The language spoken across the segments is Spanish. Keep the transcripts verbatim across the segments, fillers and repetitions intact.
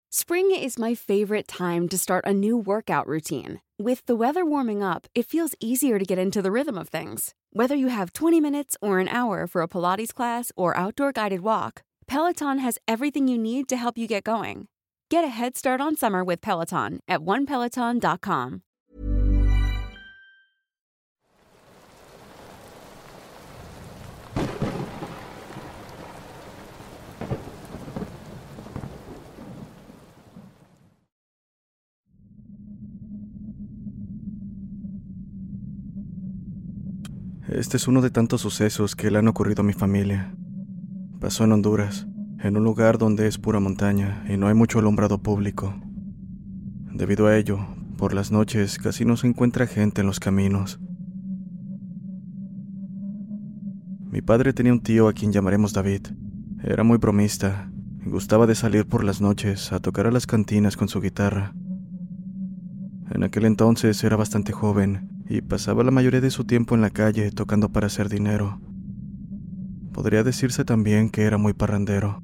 Spring is my favorite time to start a new workout routine. With the weather warming up, it feels easier to get into the rhythm of things. Whether you have twenty minutes or an hour for a Pilates class or outdoor guided walk, Peloton has everything you need to help you get going. Get a head start on summer with Peloton at one peloton dot com. Este es uno de tantos sucesos que le han ocurrido a mi familia. Pasó en Honduras, en un lugar donde es pura montaña y no hay mucho alumbrado público. Debido a ello, por las noches casi no se encuentra gente en los caminos. Mi padre tenía un tío a quien llamaremos David. Era muy bromista, gustaba de salir por las noches a tocar a las cantinas con su guitarra. En aquel entonces era bastante joven y pasaba la mayoría de su tiempo en la calle tocando para hacer dinero. Podría decirse también que era muy parrandero.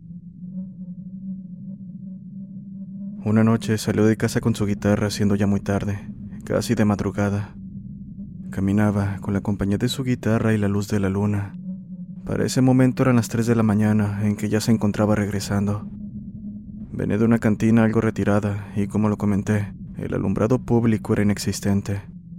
Una noche salió de casa con su guitarra siendo ya muy tarde, casi de madrugada. Caminaba con la compañía de su guitarra y la luz de la luna. Para ese momento eran las tres de la mañana en que ya se encontraba regresando. Venía de una cantina algo retirada y, como lo comenté, el alumbrado público era inexistente.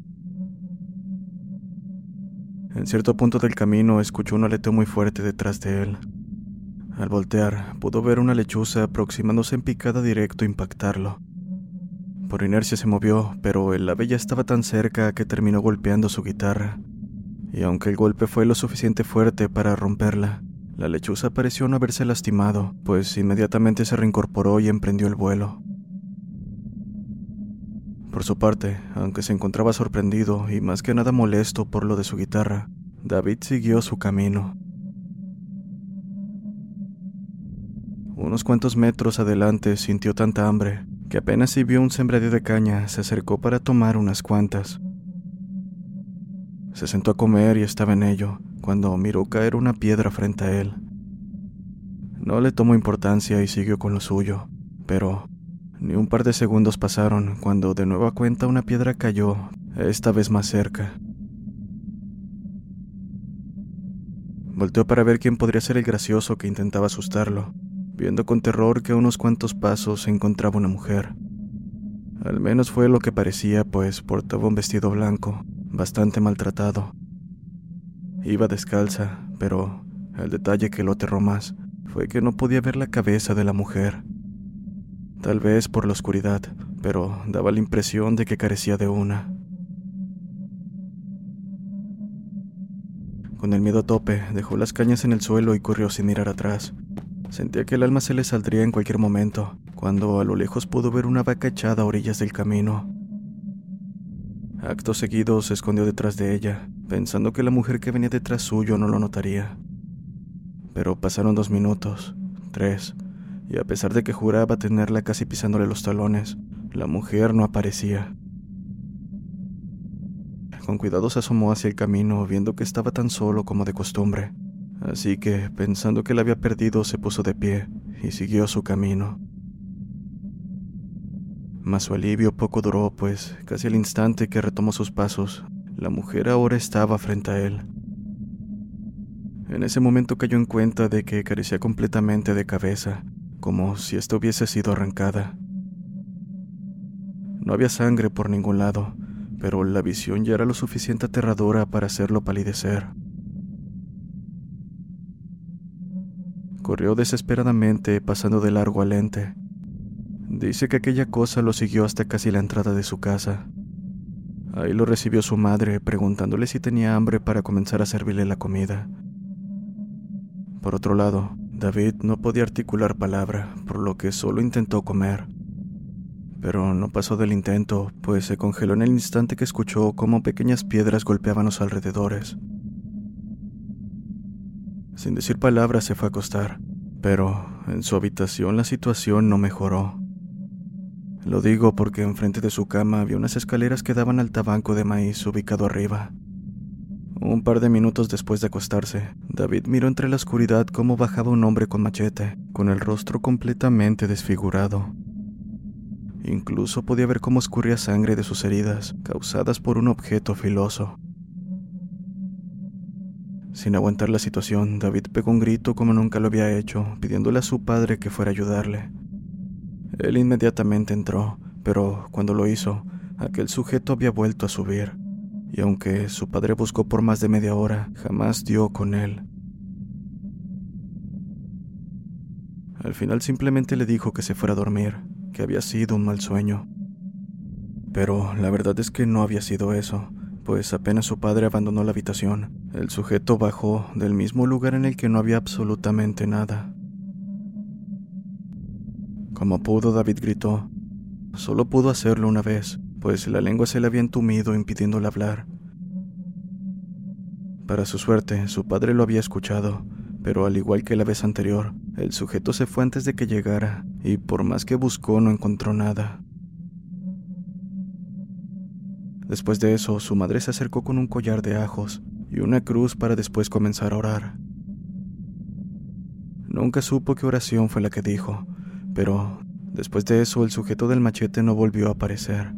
En cierto punto del camino escuchó un aleteo muy fuerte detrás de él. Al voltear, pudo ver una lechuza aproximándose en picada directo a impactarlo. Por inercia se movió, pero el ave ya estaba tan cerca que terminó golpeando su guitarra. Y aunque el golpe fue lo suficiente fuerte para romperla, la lechuza pareció no haberse lastimado, pues inmediatamente se reincorporó y emprendió el vuelo. Por su parte, aunque se encontraba sorprendido y más que nada molesto por lo de su guitarra, David siguió su camino. Unos cuantos metros adelante sintió tanta hambre que apenas si vio un sembradío de caña se acercó para tomar unas cuantas. Se sentó a comer y estaba en ello cuando miró caer una piedra frente a él. No le tomó importancia y siguió con lo suyo, pero ni un par de segundos pasaron cuando de nueva cuenta una piedra cayó, esta vez más cerca. Volteó para ver quién podría ser el gracioso que intentaba asustarlo, viendo con terror que a unos cuantos pasos se encontraba una mujer. Al menos fue lo que parecía, pues portaba un vestido blanco, bastante maltratado. Iba descalza, pero el detalle que lo aterró más fue que no podía ver la cabeza de la mujer. Tal vez por la oscuridad, pero daba la impresión de que carecía de una. Con el miedo a tope, dejó las cañas en el suelo y corrió sin mirar atrás. Sentía que el alma se le saldría en cualquier momento, cuando a lo lejos pudo ver una vaca echada a orillas del camino. Acto seguido se escondió detrás de ella, pensando que la mujer que venía detrás suyo no lo notaría. Pero pasaron dos minutos, tres, y a pesar de que juraba tenerla casi pisándole los talones, la mujer no aparecía. Con cuidado se asomó hacia el camino, viendo que estaba tan solo como de costumbre. Así que, pensando que la había perdido, se puso de pie y siguió su camino. Mas su alivio poco duró, pues, casi al instante que retomó sus pasos, la mujer ahora estaba frente a él. En ese momento cayó en cuenta de que carecía completamente de cabeza, como si ésta hubiese sido arrancada. No había sangre por ningún lado, pero la visión ya era lo suficiente aterradora para hacerlo palidecer. Corrió desesperadamente, pasando de largo al ente. Dice que aquella cosa lo siguió hasta casi la entrada de su casa. Ahí lo recibió su madre, preguntándole si tenía hambre para comenzar a servirle la comida. Por otro lado, David no podía articular palabra, por lo que solo intentó comer. Pero no pasó del intento, pues se congeló en el instante que escuchó cómo pequeñas piedras golpeaban los alrededores. Sin decir palabras se fue a acostar, pero en su habitación la situación no mejoró. Lo digo porque enfrente de su cama había unas escaleras que daban al tabanco de maíz ubicado arriba. Un par de minutos después de acostarse, David miró entre la oscuridad cómo bajaba un hombre con machete, con el rostro completamente desfigurado. Incluso podía ver cómo escurría sangre de sus heridas, causadas por un objeto filoso. Sin aguantar la situación, David pegó un grito como nunca lo había hecho, pidiéndole a su padre que fuera a ayudarle. Él inmediatamente entró, pero cuando lo hizo, aquel sujeto había vuelto a subir, y aunque su padre buscó por más de media hora, jamás dio con él. Al final simplemente le dijo que se fuera a dormir, que había sido un mal sueño. Pero la verdad es que no había sido eso, pues apenas su padre abandonó la habitación, el sujeto bajó del mismo lugar en el que no había absolutamente nada. Como pudo, David gritó. Solo pudo hacerlo una vez, pues la lengua se le había entumido impidiéndole hablar. Para su suerte, su padre lo había escuchado, pero al igual que la vez anterior, el sujeto se fue antes de que llegara, y por más que buscó no encontró nada. Después de eso, su madre se acercó con un collar de ajos y una cruz para después comenzar a orar. Nunca supo qué oración fue la que dijo, pero después de eso el sujeto del machete no volvió a aparecer.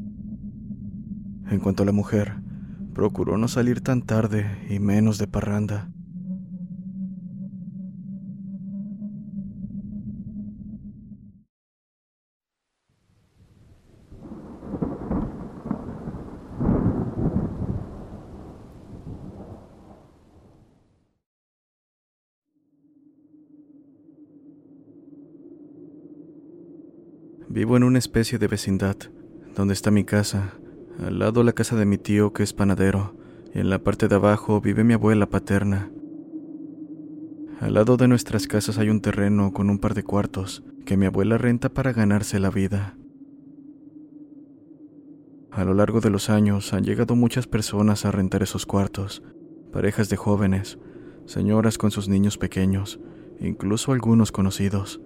En cuanto a la mujer, procuró no salir tan tarde y menos de parranda. Vivo en una especie de vecindad, donde está mi casa, al lado la casa de mi tío que es panadero, y en la parte de abajo vive mi abuela paterna. Al lado de nuestras casas hay un terreno con un par de cuartos que mi abuela renta para ganarse la vida. A lo largo de los años han llegado muchas personas a rentar esos cuartos, parejas de jóvenes, señoras con sus niños pequeños, incluso algunos conocidos.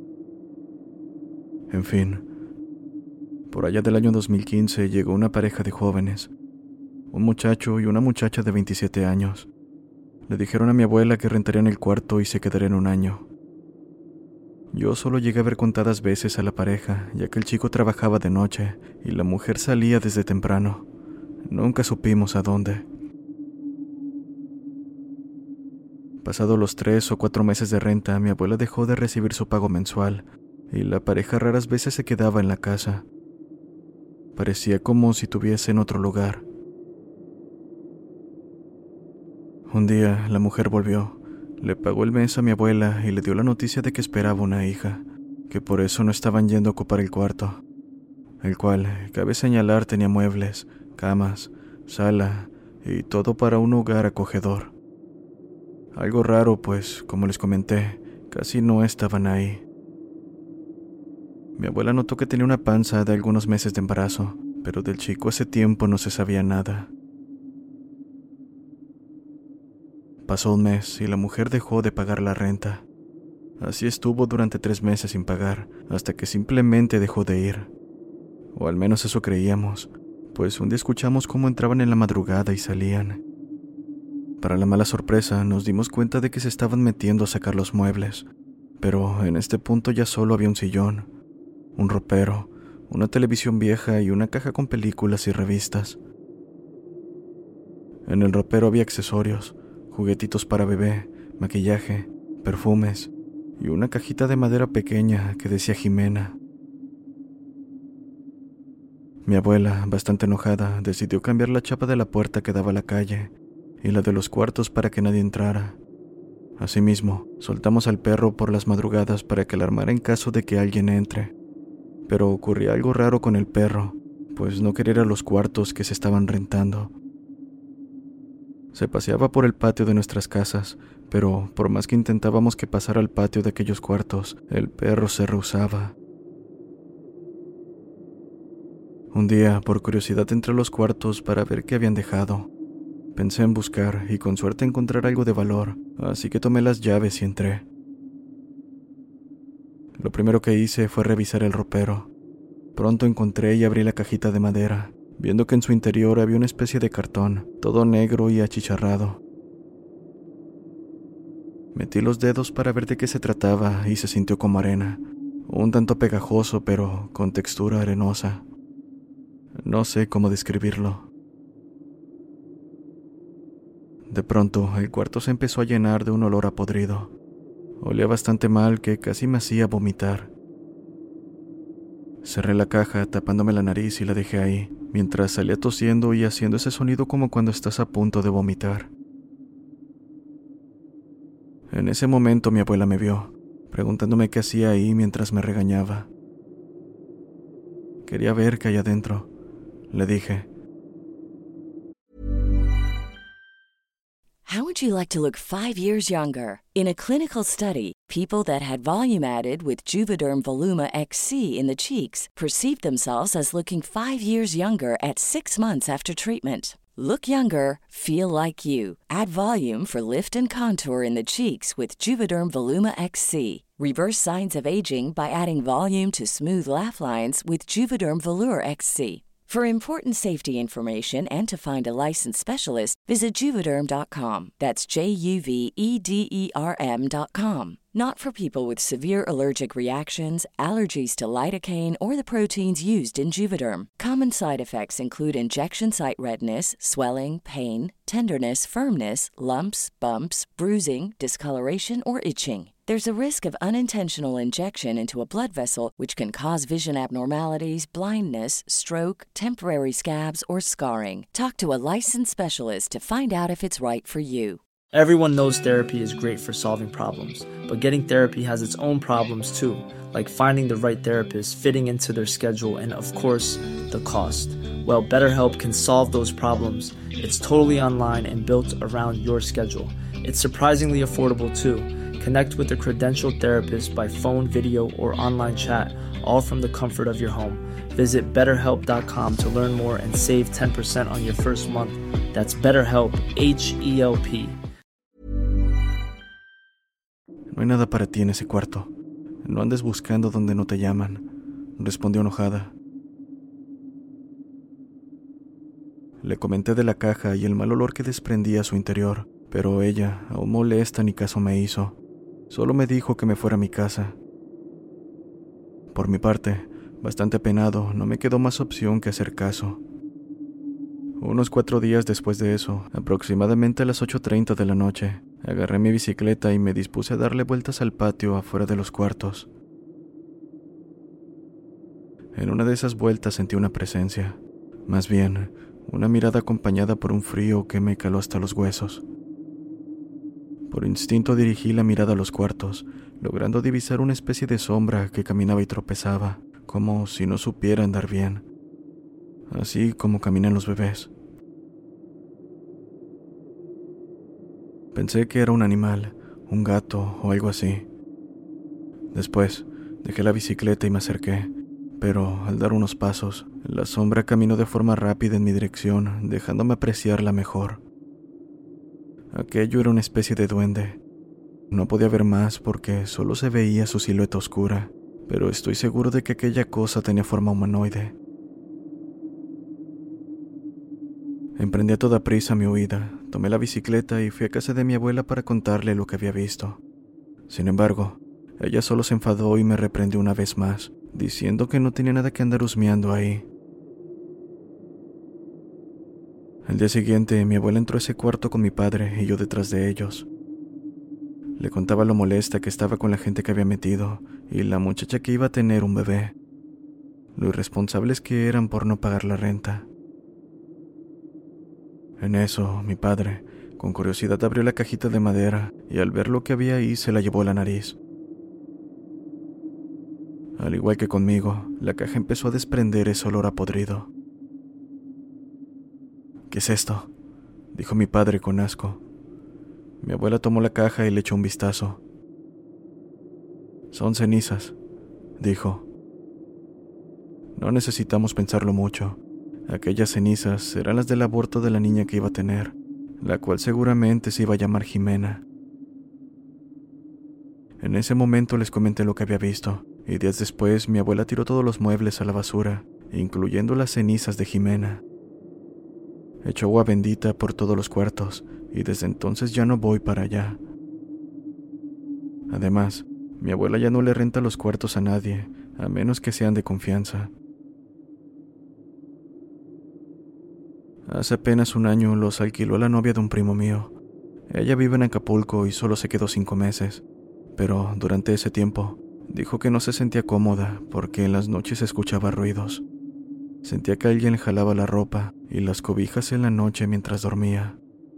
En fin, por allá del año dos mil quince llegó una pareja de jóvenes, un muchacho y una muchacha de veintisiete años. Le dijeron a mi abuela que rentarían el cuarto y se quedarían un año. Yo solo llegué a ver contadas veces a la pareja, ya que el chico trabajaba de noche y la mujer salía desde temprano. Nunca supimos a dónde. Pasados los tres o cuatro meses de renta, mi abuela dejó de recibir su pago mensual y la pareja raras veces se quedaba en la casa. Parecía como si tuviese en otro lugar. Un día la mujer volvió, le pagó el mes a mi abuela y le dio la noticia de que esperaba una hija, que por eso no estaban yendo a ocupar el cuarto, el cual, cabe señalar, tenía muebles, camas, sala y todo para un hogar acogedor. Algo raro, pues, como les comenté, casi no estaban ahí. Mi abuela notó que tenía una panza de algunos meses de embarazo, pero del chico hace tiempo no se sabía nada. Pasó un mes y la mujer dejó de pagar la renta. Así estuvo durante tres meses sin pagar, hasta que simplemente dejó de ir. O al menos eso creíamos, pues un día escuchamos cómo entraban en la madrugada y salían. Para la mala sorpresa, nos dimos cuenta de que se estaban metiendo a sacar los muebles, pero en este punto ya solo había un sillón, un ropero, una televisión vieja y una caja con películas y revistas. En el ropero había accesorios, juguetitos para bebé, maquillaje, perfumes y una cajita de madera pequeña que decía Jimena. Mi abuela, bastante enojada, decidió cambiar la chapa de la puerta que daba a la calle y la de los cuartos para que nadie entrara. Asimismo, soltamos al perro por las madrugadas para que alarmara en caso de que alguien entre. Pero ocurría algo raro con el perro, pues no quería ir a los cuartos que se estaban rentando. Se paseaba por el patio de nuestras casas, pero por más que intentábamos que pasara al patio de aquellos cuartos, el perro se rehusaba. Un día, por curiosidad, entré a los cuartos para ver qué habían dejado. Pensé en buscar y con suerte encontrar algo de valor, así que tomé las llaves y entré. Lo primero que hice fue revisar el ropero. Pronto encontré y abrí la cajita de madera, viendo que en su interior había una especie de cartón, todo negro y achicharrado. Metí los dedos para ver de qué se trataba y se sintió como arena, un tanto pegajoso pero con textura arenosa. No sé cómo describirlo. De pronto, el cuarto se empezó a llenar de un olor a podrido. Olía bastante mal que casi me hacía vomitar. Cerré la caja tapándome la nariz y la dejé ahí, mientras salía tosiendo y haciendo ese sonido como cuando estás a punto de vomitar. En ese momento mi abuela me vio, preguntándome qué hacía ahí mientras me regañaba. Quería ver qué hay adentro, le dije. How would you like to look five years younger? In a clinical study, people that had volume added with Juvederm Voluma X C in the cheeks perceived themselves as looking five years younger at six months after treatment. Look younger, feel like you. Add volume for lift and contour in the cheeks with Juvederm Voluma X C. Reverse signs of aging by adding volume to smooth laugh lines with Juvederm Volure X C. For important safety information and to find a licensed specialist, visit Juvederm dot com. That's J U V E D E R M dot com. Not for people with severe allergic reactions, allergies to lidocaine, or the proteins used in Juvederm. Common side effects include injection site redness, swelling, pain, tenderness, firmness, lumps, bumps, bruising, discoloration, or itching. There's a risk of unintentional injection into a blood vessel, which can cause vision abnormalities, blindness, stroke, temporary scabs, or scarring. Talk to a licensed specialist to find out if it's right for you. Everyone knows therapy is great for solving problems, but getting therapy has its own problems too, like finding the right therapist, fitting into their schedule, and of course, the cost. Well, BetterHelp can solve those problems. It's totally online and built around your schedule. It's surprisingly affordable too. Connect with a credentialed therapist by phone, video, or online chat, all from the comfort of your home. Visit better help dot com to learn more and save ten percent on your first month. That's BetterHelp, H E L P. No hay nada para ti en ese cuarto. No andes buscando donde no te llaman, respondió enojada. Le comenté de la caja y el mal olor que desprendía a su interior, pero ella, aún molesta, ni caso me hizo. Solo me dijo que me fuera a mi casa. Por mi parte, bastante apenado, no me quedó más opción que hacer caso. Unos cuatro días después de eso, aproximadamente a las ocho treinta de la noche, agarré mi bicicleta y me dispuse a darle vueltas al patio afuera de los cuartos. En una de esas vueltas sentí una presencia, más bien, una mirada acompañada por un frío que me caló hasta los huesos. Por instinto dirigí la mirada a los cuartos, logrando divisar una especie de sombra que caminaba y tropezaba, como si no supiera andar bien, así como caminan los bebés. Pensé que era un animal, un gato o algo así. Después, dejé la bicicleta y me acerqué, pero al dar unos pasos, la sombra caminó de forma rápida en mi dirección, dejándome apreciarla mejor. Aquello era una especie de duende. No podía ver más porque solo se veía su silueta oscura, pero estoy seguro de que aquella cosa tenía forma humanoide. Emprendí a toda prisa mi huida, tomé la bicicleta y fui a casa de mi abuela para contarle lo que había visto. Sin embargo, ella solo se enfadó y me reprendió una vez más, diciendo que no tenía nada que andar husmeando ahí. Al día siguiente, mi abuela entró a ese cuarto con mi padre y yo detrás de ellos. Le contaba lo molesta que estaba con la gente que había metido y la muchacha que iba a tener un bebé, lo irresponsables que eran por no pagar la renta. En eso, mi padre, con curiosidad, abrió la cajita de madera y al ver lo que había ahí se la llevó a la nariz. Al igual que conmigo, la caja empezó a desprender ese olor a podrido. ¿Qué es esto?, dijo mi padre con asco. Mi abuela tomó la caja y le echó un vistazo. Son cenizas, dijo. No necesitamos pensarlo mucho. Aquellas cenizas serán las del aborto de la niña que iba a tener, la cual seguramente se iba a llamar Jimena. En ese momento les comenté lo que había visto, y días después mi abuela tiró todos los muebles a la basura, incluyendo las cenizas de Jimena. Echó agua bendita por todos los cuartos, y desde entonces ya no voy para allá. Además, Mi abuela ya no le renta los cuartos a nadie, a menos que sean de confianza. Hace apenas un año los alquiló la novia de un primo mío. Ella vive en Acapulco y solo se quedó cinco meses, pero durante ese tiempo dijo que no se sentía cómoda porque en las noches escuchaba ruidos. Sentía que alguien le jalaba la ropa y las cobijas en la noche mientras dormía.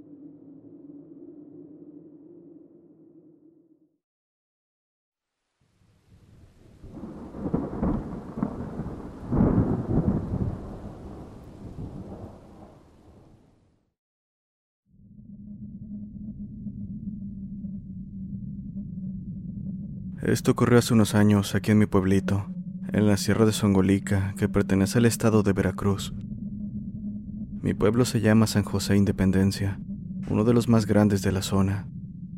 Esto ocurrió hace unos años aquí en mi pueblito, en la Sierra de Songolica, que pertenece al estado de Veracruz. Mi pueblo se llama San José Independencia, uno de los más grandes de la zona.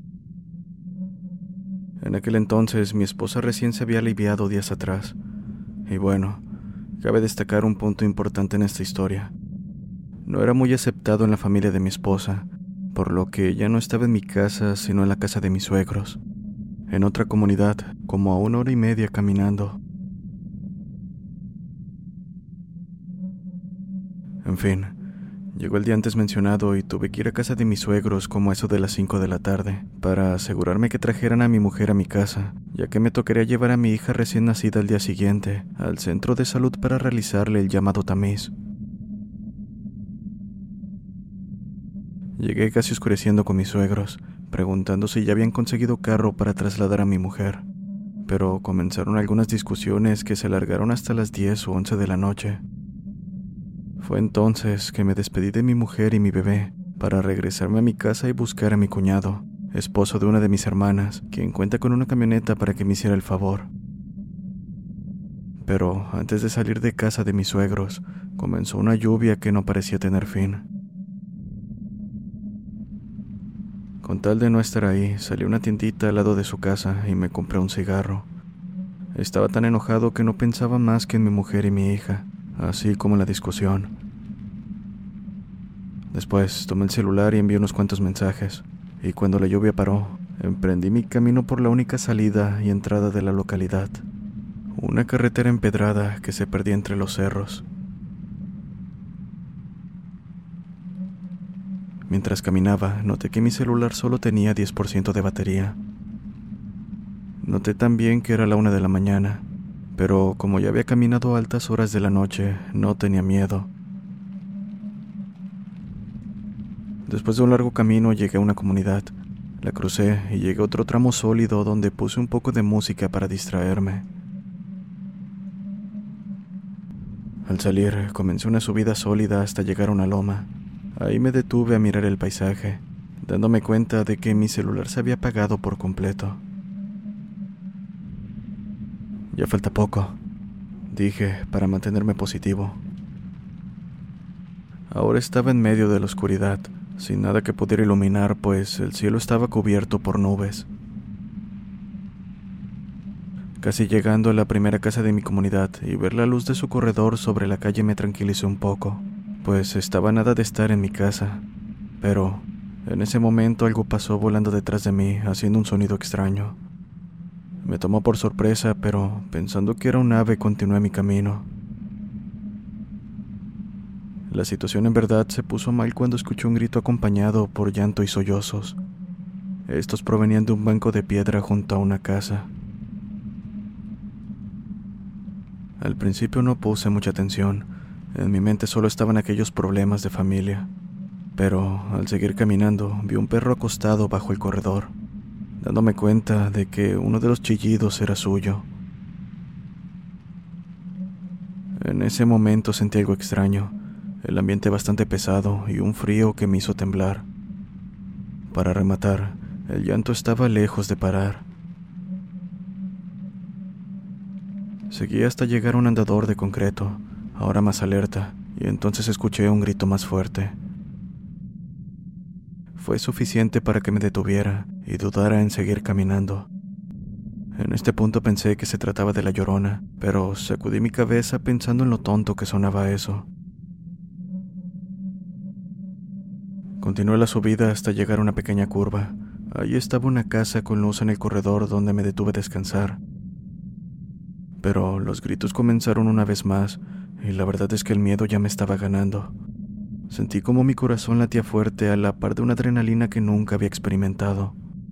En aquel entonces mi esposa recién se había aliviado días atrás. Y bueno, cabe destacar un punto importante en esta historia. No era muy aceptado en la familia de mi esposa, por lo que ya no estaba en mi casa, sino en la casa de mis suegros, en otra comunidad, como a una hora y media caminando. En fin, llegó el día antes mencionado y tuve que ir a casa de mis suegros como a eso de las cinco de la tarde, para asegurarme que trajeran a mi mujer a mi casa, ya que me tocaría llevar a mi hija recién nacida al día siguiente, al centro de salud para realizarle el llamado tamiz. Llegué casi oscureciendo con mis suegros, preguntando si ya habían conseguido carro para trasladar a mi mujer, pero comenzaron algunas discusiones que se alargaron hasta las diez o once de la noche. Fue entonces que me despedí de mi mujer y mi bebé para regresarme a mi casa y buscar a mi cuñado, esposo de una de mis hermanas, quien cuenta con una camioneta para que me hiciera el favor. Pero antes de salir de casa de mis suegros, comenzó una lluvia que no parecía tener fin. Con tal de no estar ahí, salí a una tiendita al lado de su casa y me compré un cigarro. Estaba tan enojado que no pensaba más que en mi mujer y mi hija, así como en la discusión. Después tomé el celular y envié unos cuantos mensajes, y cuando la lluvia paró, emprendí mi camino por la única salida y entrada de la localidad, una carretera empedrada que se perdía entre los cerros. Mientras caminaba, noté que mi celular solo tenía diez por ciento de batería. Noté también que era la una de la mañana, pero como ya había caminado a altas horas de la noche, no tenía miedo. Después de un largo camino llegué a una comunidad, la crucé y llegué a otro tramo sólido donde puse un poco de música para distraerme. Al salir, comencé una subida sólida hasta llegar a una loma. Ahí me detuve a mirar el paisaje, dándome cuenta de que mi celular se había apagado por completo. Ya falta poco, dije para mantenerme positivo. Ahora estaba en medio de la oscuridad, sin nada que pudiera iluminar, pues el cielo estaba cubierto por nubes. Casi llegando a la primera casa de mi comunidad y ver la luz de su corredor sobre la calle me tranquilicé un poco, pues estaba nada de estar en mi casa, pero en ese momento algo pasó volando detrás de mí, haciendo un sonido extraño. Me tomó por sorpresa, pero pensando que era un ave continué mi camino. La situación en verdad se puso mal cuando escuché un grito acompañado por llanto y sollozos. Estos provenían de un banco de piedra junto a una casa. Al principio no puse mucha atención. En mi mente solo estaban aquellos problemas de familia, pero al seguir caminando vi un perro acostado bajo el corredor, dándome cuenta de que uno de los chillidos era suyo. En ese momento sentí algo extraño, el ambiente bastante pesado y un frío que me hizo temblar. Para rematar, el llanto estaba lejos de parar. Seguí hasta llegar a un andador de concreto, ahora más alerta, y entonces escuché un grito más fuerte. Fue suficiente para que me detuviera y dudara en seguir caminando. En este punto pensé que se trataba de la Llorona, pero sacudí mi cabeza pensando en lo tonto que sonaba eso. Continué la subida hasta llegar a una pequeña curva. Ahí estaba una casa con luz en el corredor donde me detuve a descansar. Pero los gritos comenzaron una vez más, y la verdad es que el miedo ya me estaba ganando. Sentí como mi corazón latía fuerte a la par de una adrenalina que nunca había experimentado.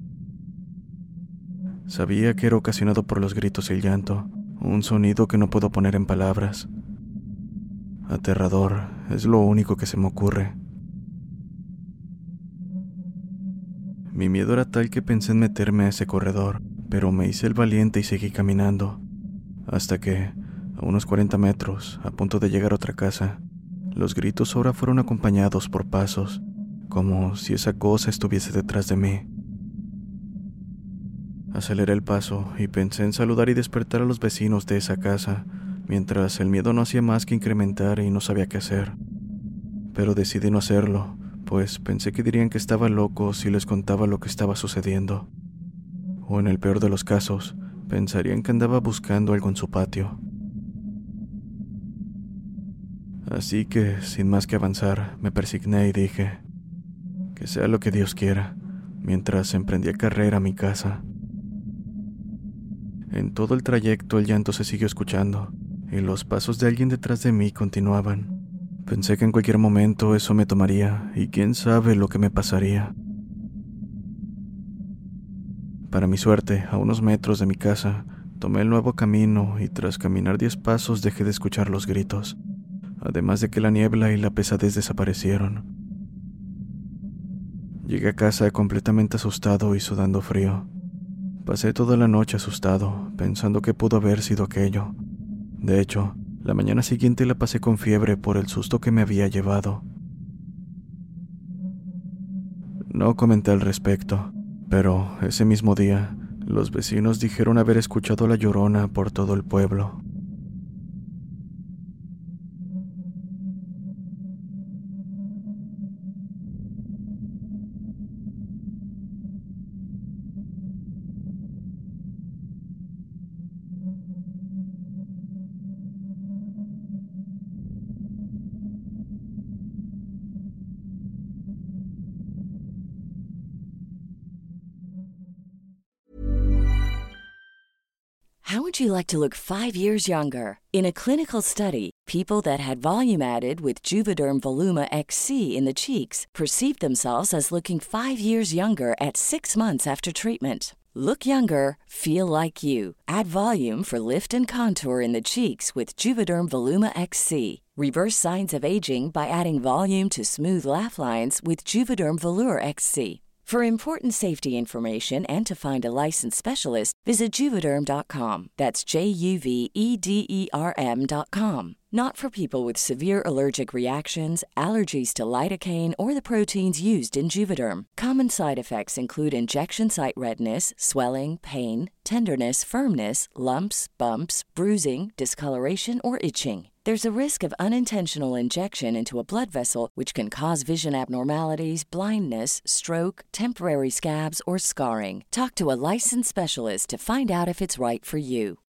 Sabía que era ocasionado por los gritos y el llanto, un sonido que no puedo poner en palabras. Aterrador, es lo único que se me ocurre. Mi miedo era tal que pensé en meterme a ese corredor, pero me hice el valiente y seguí caminando, hasta que, a unos cuarenta metros, a punto de llegar a otra casa, los gritos ahora fueron acompañados por pasos, como si esa cosa estuviese detrás de mí. Aceleré el paso y pensé en saludar y despertar a los vecinos de esa casa, mientras el miedo no hacía más que incrementar y no sabía qué hacer. Pero decidí no hacerlo, pues pensé que dirían que estaba loco si les contaba lo que estaba sucediendo. O en el peor de los casos, pensarían que andaba buscando algo en su patio. Así que, sin más que avanzar, me persigné y dije, que sea lo que Dios quiera, mientras emprendía carrera a mi casa. En todo el trayecto el llanto se siguió escuchando, y los pasos de alguien detrás de mí continuaban. Pensé que en cualquier momento eso me tomaría, y quién sabe lo que me pasaría. Para mi suerte, a unos metros de mi casa, tomé el nuevo camino y tras caminar diez pasos dejé de escuchar los gritos, además de que la niebla y la pesadez desaparecieron. Llegué a casa completamente asustado y sudando frío. Pasé toda la noche asustado, pensando que pudo haber sido aquello. De hecho, la mañana siguiente la pasé con fiebre por el susto que me había llevado. No comenté al respecto, pero ese mismo día, los vecinos dijeron haber escuchado a la Llorona por todo el pueblo. How would you like to look five years younger? In a clinical study, people that had volume added with Juvederm Voluma X C in the cheeks perceived themselves as looking five years younger at six months after treatment. Look younger, feel like you. Add volume for lift and contour in the cheeks with Juvederm Voluma X C. Reverse signs of aging by adding volume to smooth laugh lines with Juvederm Volure X C. For important safety information and to find a licensed specialist, visit Juvederm dot com. That's J U V E D E R M dot com. Not for people with severe allergic reactions, allergies to lidocaine, or the proteins used in Juvederm. Common side effects include injection site redness, swelling, pain, tenderness, firmness, lumps, bumps, bruising, discoloration, or itching. There's a risk of unintentional injection into a blood vessel, which can cause vision abnormalities, blindness, stroke, temporary scabs, or scarring. Talk to a licensed specialist to find out if it's right for you.